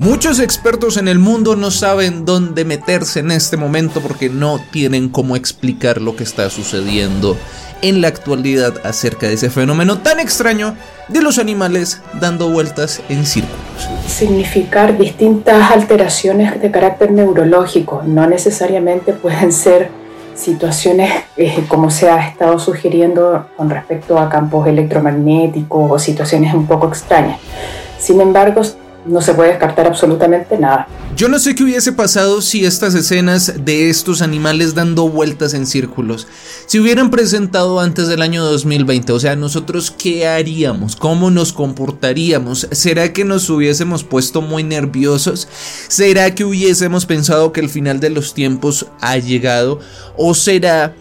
Muchos expertos en el mundo no saben dónde meterse en este momento porque no tienen cómo explicar lo que está sucediendo en la actualidad acerca de ese fenómeno tan extraño de los animales dando vueltas en círculos. Significar distintas alteraciones de carácter neurológico, no necesariamente pueden ser situaciones como se ha estado sugiriendo con respecto a campos electromagnéticos o situaciones un poco extrañas. Sin embargo, no se puede descartar absolutamente nada. Yo no sé qué hubiese pasado si estas escenas de estos animales dando vueltas en círculos se hubieran presentado antes del año 2020. O sea, nosotros ¿qué haríamos? ¿Cómo nos comportaríamos? ¿Será que nos hubiésemos puesto muy nerviosos? ¿Será que hubiésemos pensado que el final de los tiempos ha llegado? ¿O será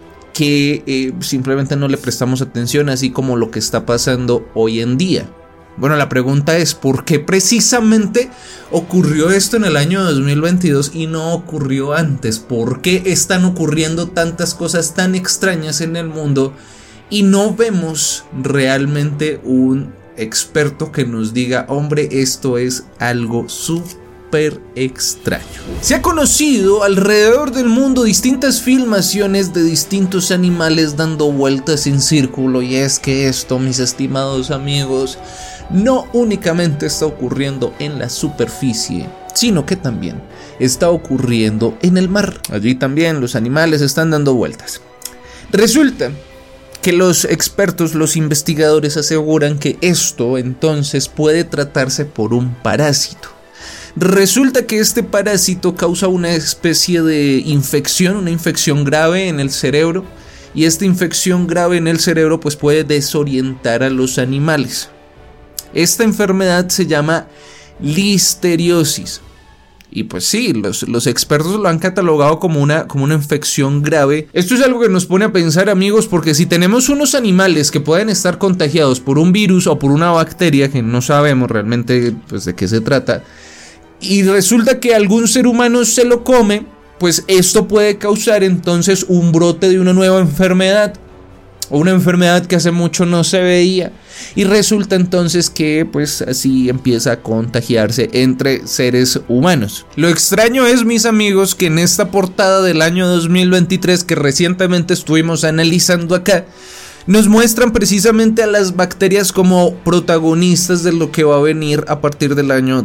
que simplemente no le prestamos atención, así como lo que está pasando hoy en día? Bueno, la pregunta es, ¿por qué precisamente ocurrió esto en el año 2022 y no ocurrió antes? ¿Por qué están ocurriendo tantas cosas tan extrañas en el mundo y no vemos realmente un experto que nos diga, hombre, esto es algo súper extraño? Se ha conocido alrededor del mundo distintas filmaciones de distintos animales dando vueltas en círculo, y es que esto, mis estimados amigos, no únicamente está ocurriendo en la superficie, sino que también está ocurriendo en el mar. Allí también los animales están dando vueltas. Resulta que los expertos, los investigadores aseguran que esto entonces puede tratarse por un parásito. Resulta que este parásito causa una especie de infección, una infección grave en el cerebro, y esta infección grave en el cerebro pues puede desorientar a los animales. Esta enfermedad se llama listeriosis. Y pues sí, los expertos lo han catalogado como una infección grave. Esto es algo que nos pone a pensar, amigos, porque si tenemos unos animales que pueden estar contagiados por un virus o por una bacteria que no sabemos realmente pues de qué se trata, y resulta que algún ser humano se lo come, pues esto puede causar entonces un brote de una nueva enfermedad, o una enfermedad que hace mucho no se veía, y resulta entonces que pues así empieza a contagiarse entre seres humanos. Lo extraño es, mis amigos, que en esta portada del año 2023 que recientemente estuvimos analizando acá, nos muestran precisamente a las bacterias como protagonistas de lo que va a venir a partir del año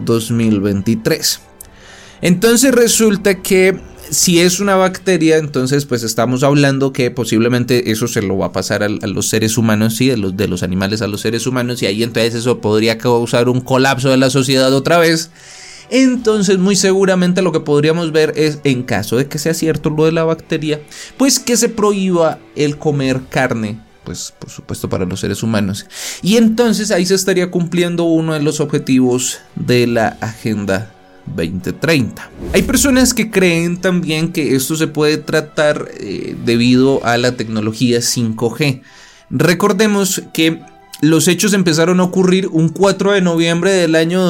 2023. Entonces resulta que si es una bacteria, entonces pues estamos hablando que posiblemente eso se lo va a pasar a los seres humanos, sí, de los animales a los seres humanos, y ahí entonces eso podría causar un colapso de la sociedad otra vez. Entonces muy seguramente lo que podríamos ver es, en caso de que sea cierto lo de la bacteria, pues que se prohíba el comer carne, pues por supuesto para los seres humanos, y entonces ahí se estaría cumpliendo uno de los objetivos de la Agenda 2030. Hay personas que creen también que esto se puede tratar debido a la tecnología 5G. Recordemos que los hechos empezaron a ocurrir un 4 de noviembre del año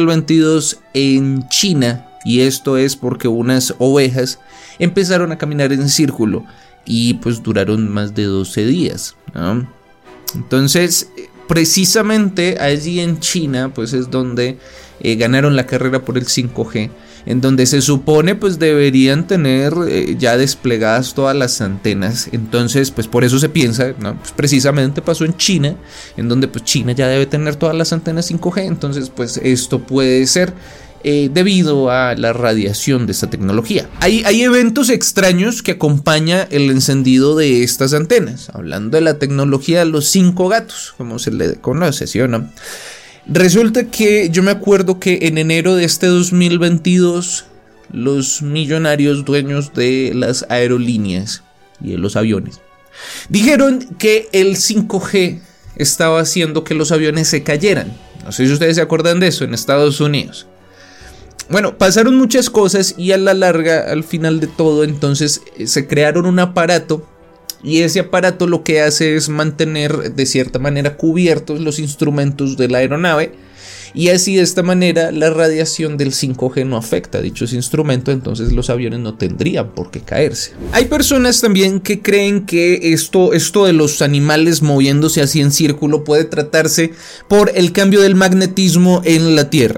2022 en China, y esto es porque unas ovejas empezaron a caminar en círculo y pues duraron más de 12 días, ¿no? Entonces, precisamente allí en China pues es donde ganaron la carrera por el 5G, en donde se supone pues deberían tener ya desplegadas todas las antenas. Entonces pues por eso se piensa, ¿no? Pues precisamente pasó en China, en donde pues China ya debe tener todas las antenas 5G. Entonces pues esto puede ser debido a la radiación de esta tecnología. Hay eventos extraños que acompañan el encendido de estas antenas. Hablando de la tecnología de los 5 gatos, como se le conoce, ¿sí o no? Resulta que yo me acuerdo que en enero de este 2022 los millonarios dueños de las aerolíneas y de los aviones dijeron que el 5G estaba haciendo que los aviones se cayeran. No sé si ustedes se acuerdan de eso en Estados Unidos. Bueno, pasaron muchas cosas y a la larga, al final de todo, entonces se crearon un aparato, y ese aparato lo que hace es mantener de cierta manera cubiertos los instrumentos de la aeronave, y así de esta manera la radiación del 5G no afecta a dichos instrumentos, entonces los aviones no tendrían por qué caerse. Hay personas también que creen que esto de los animales moviéndose así en círculo puede tratarse por el cambio del magnetismo en la Tierra.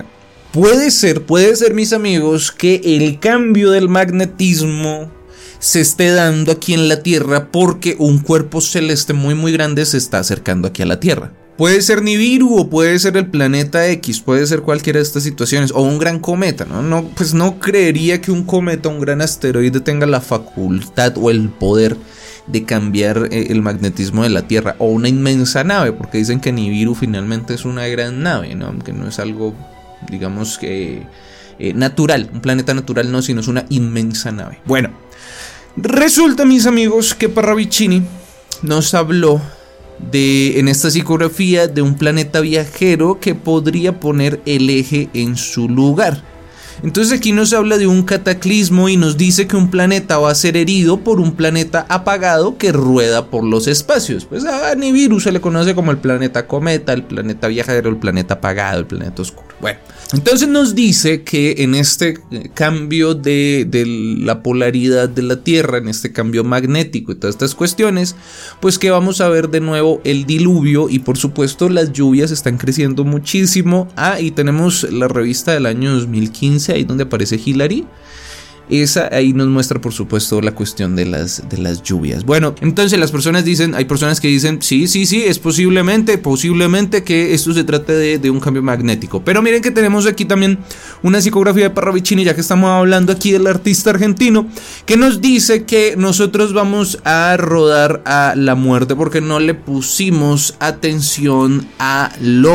Puede ser, mis amigos, que el cambio del magnetismo se esté dando aquí en la Tierra porque un cuerpo celeste muy muy grande se está acercando aquí a la Tierra. Puede ser Nibiru o puede ser el planeta X, puede ser cualquiera de estas situaciones, o un gran cometa, ¿no? Pues no creería que un cometa, un gran asteroide tenga la facultad o el poder de cambiar el magnetismo de la Tierra, o una inmensa nave, porque dicen que Nibiru finalmente es una gran nave, ¿no? Que no es algo, digamos que natural, un planeta natural no, sino es una inmensa nave. Bueno, resulta, mis amigos, que Parravicini nos habló en esta psicografía de un planeta viajero que podría poner el eje en su lugar. Entonces aquí nos habla de un cataclismo y nos dice que un planeta va a ser herido por un planeta apagado que rueda por los espacios. Pues a Nibiru se le conoce como el planeta cometa, el planeta viajero, el planeta apagado, el planeta oscuro. Bueno, entonces nos dice que en este cambio de la polaridad de la Tierra, en este cambio magnético y todas estas cuestiones, pues que vamos a ver de nuevo el diluvio y por supuesto las lluvias están creciendo muchísimo. Y tenemos la revista del año 2015, ahí donde aparece Hillary. Esa ahí nos muestra por supuesto la cuestión de las lluvias. Bueno, entonces hay personas que dicen sí, es posiblemente que esto se trate de un cambio magnético. Pero miren que tenemos aquí también una psicografía de Parravicini, ya que estamos hablando aquí del artista argentino, que nos dice que nosotros vamos a rodar a la muerte porque no le pusimos atención a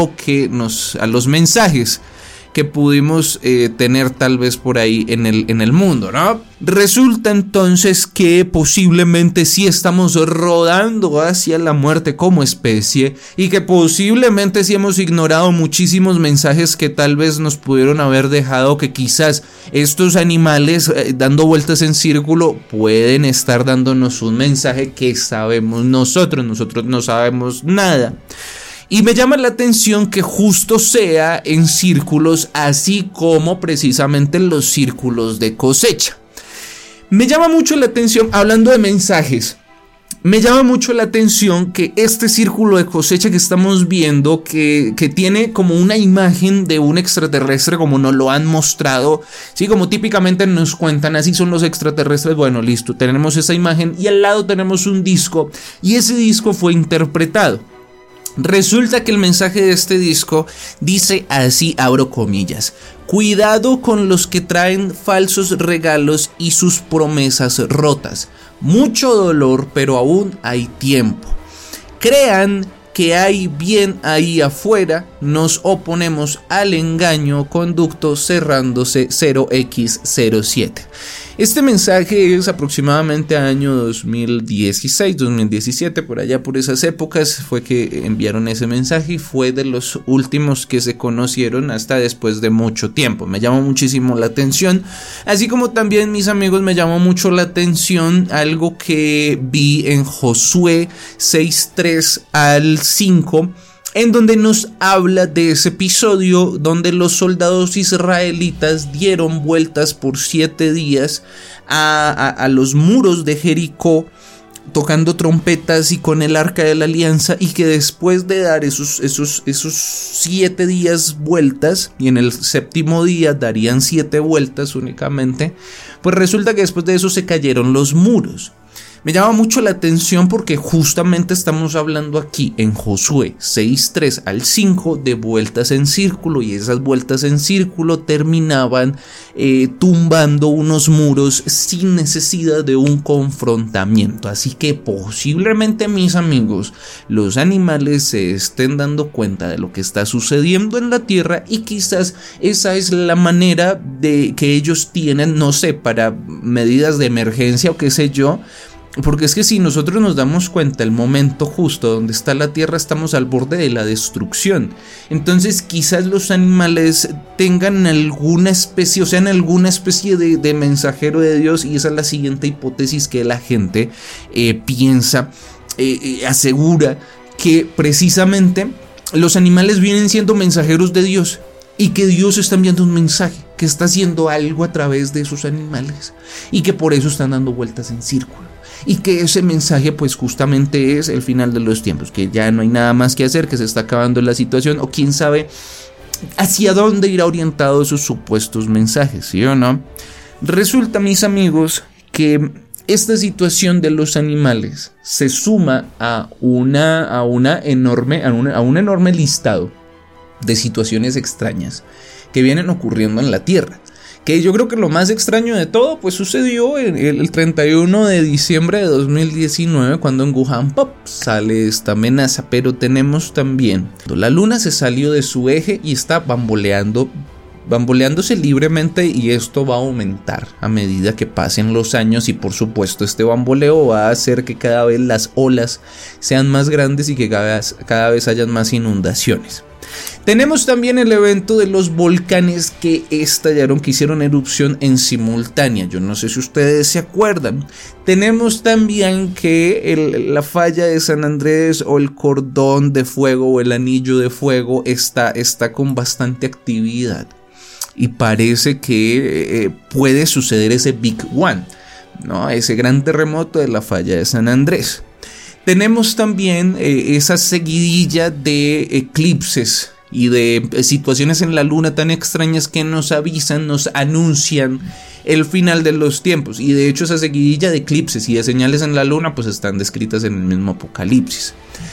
los mensajes que pudimos tener tal vez por ahí en el mundo, ¿no? Resulta entonces que posiblemente sí estamos rodando hacia la muerte como especie y que posiblemente sí hemos ignorado muchísimos mensajes que tal vez nos pudieron haber dejado, que quizás estos animales dando vueltas en círculo pueden estar dándonos un mensaje que sabemos nosotros no sabemos nada. Y me llama la atención que justo sea en círculos, así como precisamente en los círculos de cosecha. Me llama mucho la atención, hablando de mensajes, me llama mucho la atención que este círculo de cosecha que estamos viendo, que tiene como una imagen de un extraterrestre, como nos lo han mostrado, sí, como típicamente nos cuentan, así son los extraterrestres. Bueno, listo, tenemos esa imagen y al lado tenemos un disco y ese disco fue interpretado. Resulta que el mensaje de este disco dice así, abro comillas: cuidado con los que traen falsos regalos y sus promesas rotas. Mucho dolor, pero aún hay tiempo. Crean que hay bien ahí afuera, nos oponemos al engaño, conducto cerrándose 0x07. Este mensaje es aproximadamente año 2016, 2017, por allá por esas épocas fue que enviaron ese mensaje y fue de los últimos que se conocieron hasta después de mucho tiempo. Me llamó muchísimo la atención, así como también, mis amigos, me llamó mucho la atención algo que vi en Josué 6:3 al 5, en donde nos habla de ese episodio donde los soldados israelitas dieron vueltas por 7 días a los muros de Jericó, tocando trompetas y con el arca de la alianza, y que después de dar esos 7 días vueltas, y en el 7º día darían 7 vueltas únicamente, pues resulta que después de eso se cayeron los muros. Me llama mucho la atención porque justamente estamos hablando aquí en Josué 6:3 al 5 de vueltas en círculo, y esas vueltas en círculo terminaban tumbando unos muros sin necesidad de un confrontamiento. Así que posiblemente, mis amigos, los animales se estén dando cuenta de lo que está sucediendo en la Tierra, y quizás esa es la manera de que ellos tienen, no sé, para medidas de emergencia o qué sé yo. Porque es que si nosotros nos damos cuenta, el momento justo donde está la Tierra, estamos al borde de la destrucción. Entonces quizás los animales tengan alguna especie, o sean alguna especie de mensajero de Dios, y esa es la siguiente hipótesis que la gente piensa, asegura que precisamente los animales vienen siendo mensajeros de Dios, y que Dios está enviando un mensaje, que está haciendo algo a través de esos animales, y que por eso están dando vueltas en círculo. Y que ese mensaje pues justamente es el final de los tiempos, que ya no hay nada más que hacer, que se está acabando la situación, o quién sabe hacia dónde irá orientado esos supuestos mensajes, ¿sí o no? Resulta, mis amigos, que esta situación de los animales se suma a un enorme listado de situaciones extrañas que vienen ocurriendo en la Tierra. Que yo creo que lo más extraño de todo pues sucedió el 31 de diciembre de 2019 cuando en Wuhan Pop sale esta amenaza. Pero tenemos también, la luna se salió de su eje y está bamboleándose libremente, y esto va a aumentar a medida que pasen los años, y por supuesto este bamboleo va a hacer que cada vez las olas sean más grandes y que cada vez hayan más inundaciones. Tenemos también el evento de los volcanes que estallaron, que hicieron erupción en simultánea. Yo no sé si ustedes se acuerdan. Tenemos también que la falla de San Andrés, o el cordón de fuego, o el anillo de fuego está con bastante actividad. Y parece que puede suceder ese Big One, ¿no? Ese gran terremoto de la falla de San Andrés. Tenemos también esa seguidilla de eclipses y de situaciones en la luna tan extrañas que nos avisan, nos anuncian el final de los tiempos. Y de hecho esa seguidilla de eclipses y de señales en la luna pues están descritas en el mismo Apocalipsis.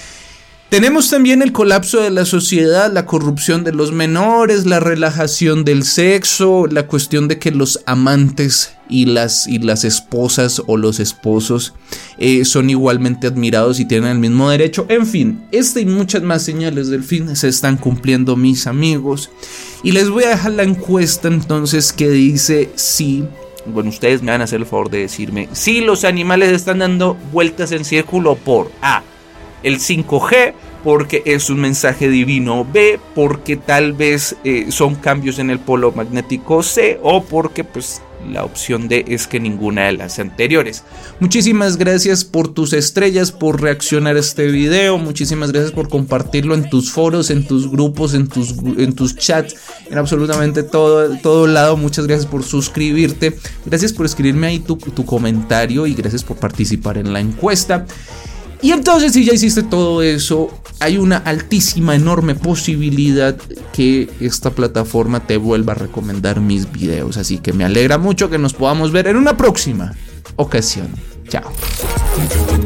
Tenemos también el colapso de la sociedad, la corrupción de los menores, la relajación del sexo, la cuestión de que los amantes y las esposas o los esposos son igualmente admirados y tienen el mismo derecho. En fin, esta y muchas más señales del fin se están cumpliendo, mis amigos. Y les voy a dejar la encuesta entonces que dice si... Bueno, ustedes me van a hacer el favor de decirme si los animales están dando vueltas en círculo por A, el 5G, porque es un mensaje divino; B, porque tal vez son cambios en el polo magnético; C, o porque pues la opción D es que ninguna de las anteriores. Muchísimas gracias por tus estrellas, por reaccionar a este video. Muchísimas gracias por compartirlo en tus foros, en tus grupos, en tus chats, en absolutamente todo lado. Muchas gracias por suscribirte, gracias por escribirme ahí tu comentario, y gracias por participar en la encuesta. Y entonces, si ya hiciste todo eso, hay una altísima, enorme posibilidad que esta plataforma te vuelva a recomendar mis videos. Así que me alegra mucho que nos podamos ver en una próxima ocasión. Chao.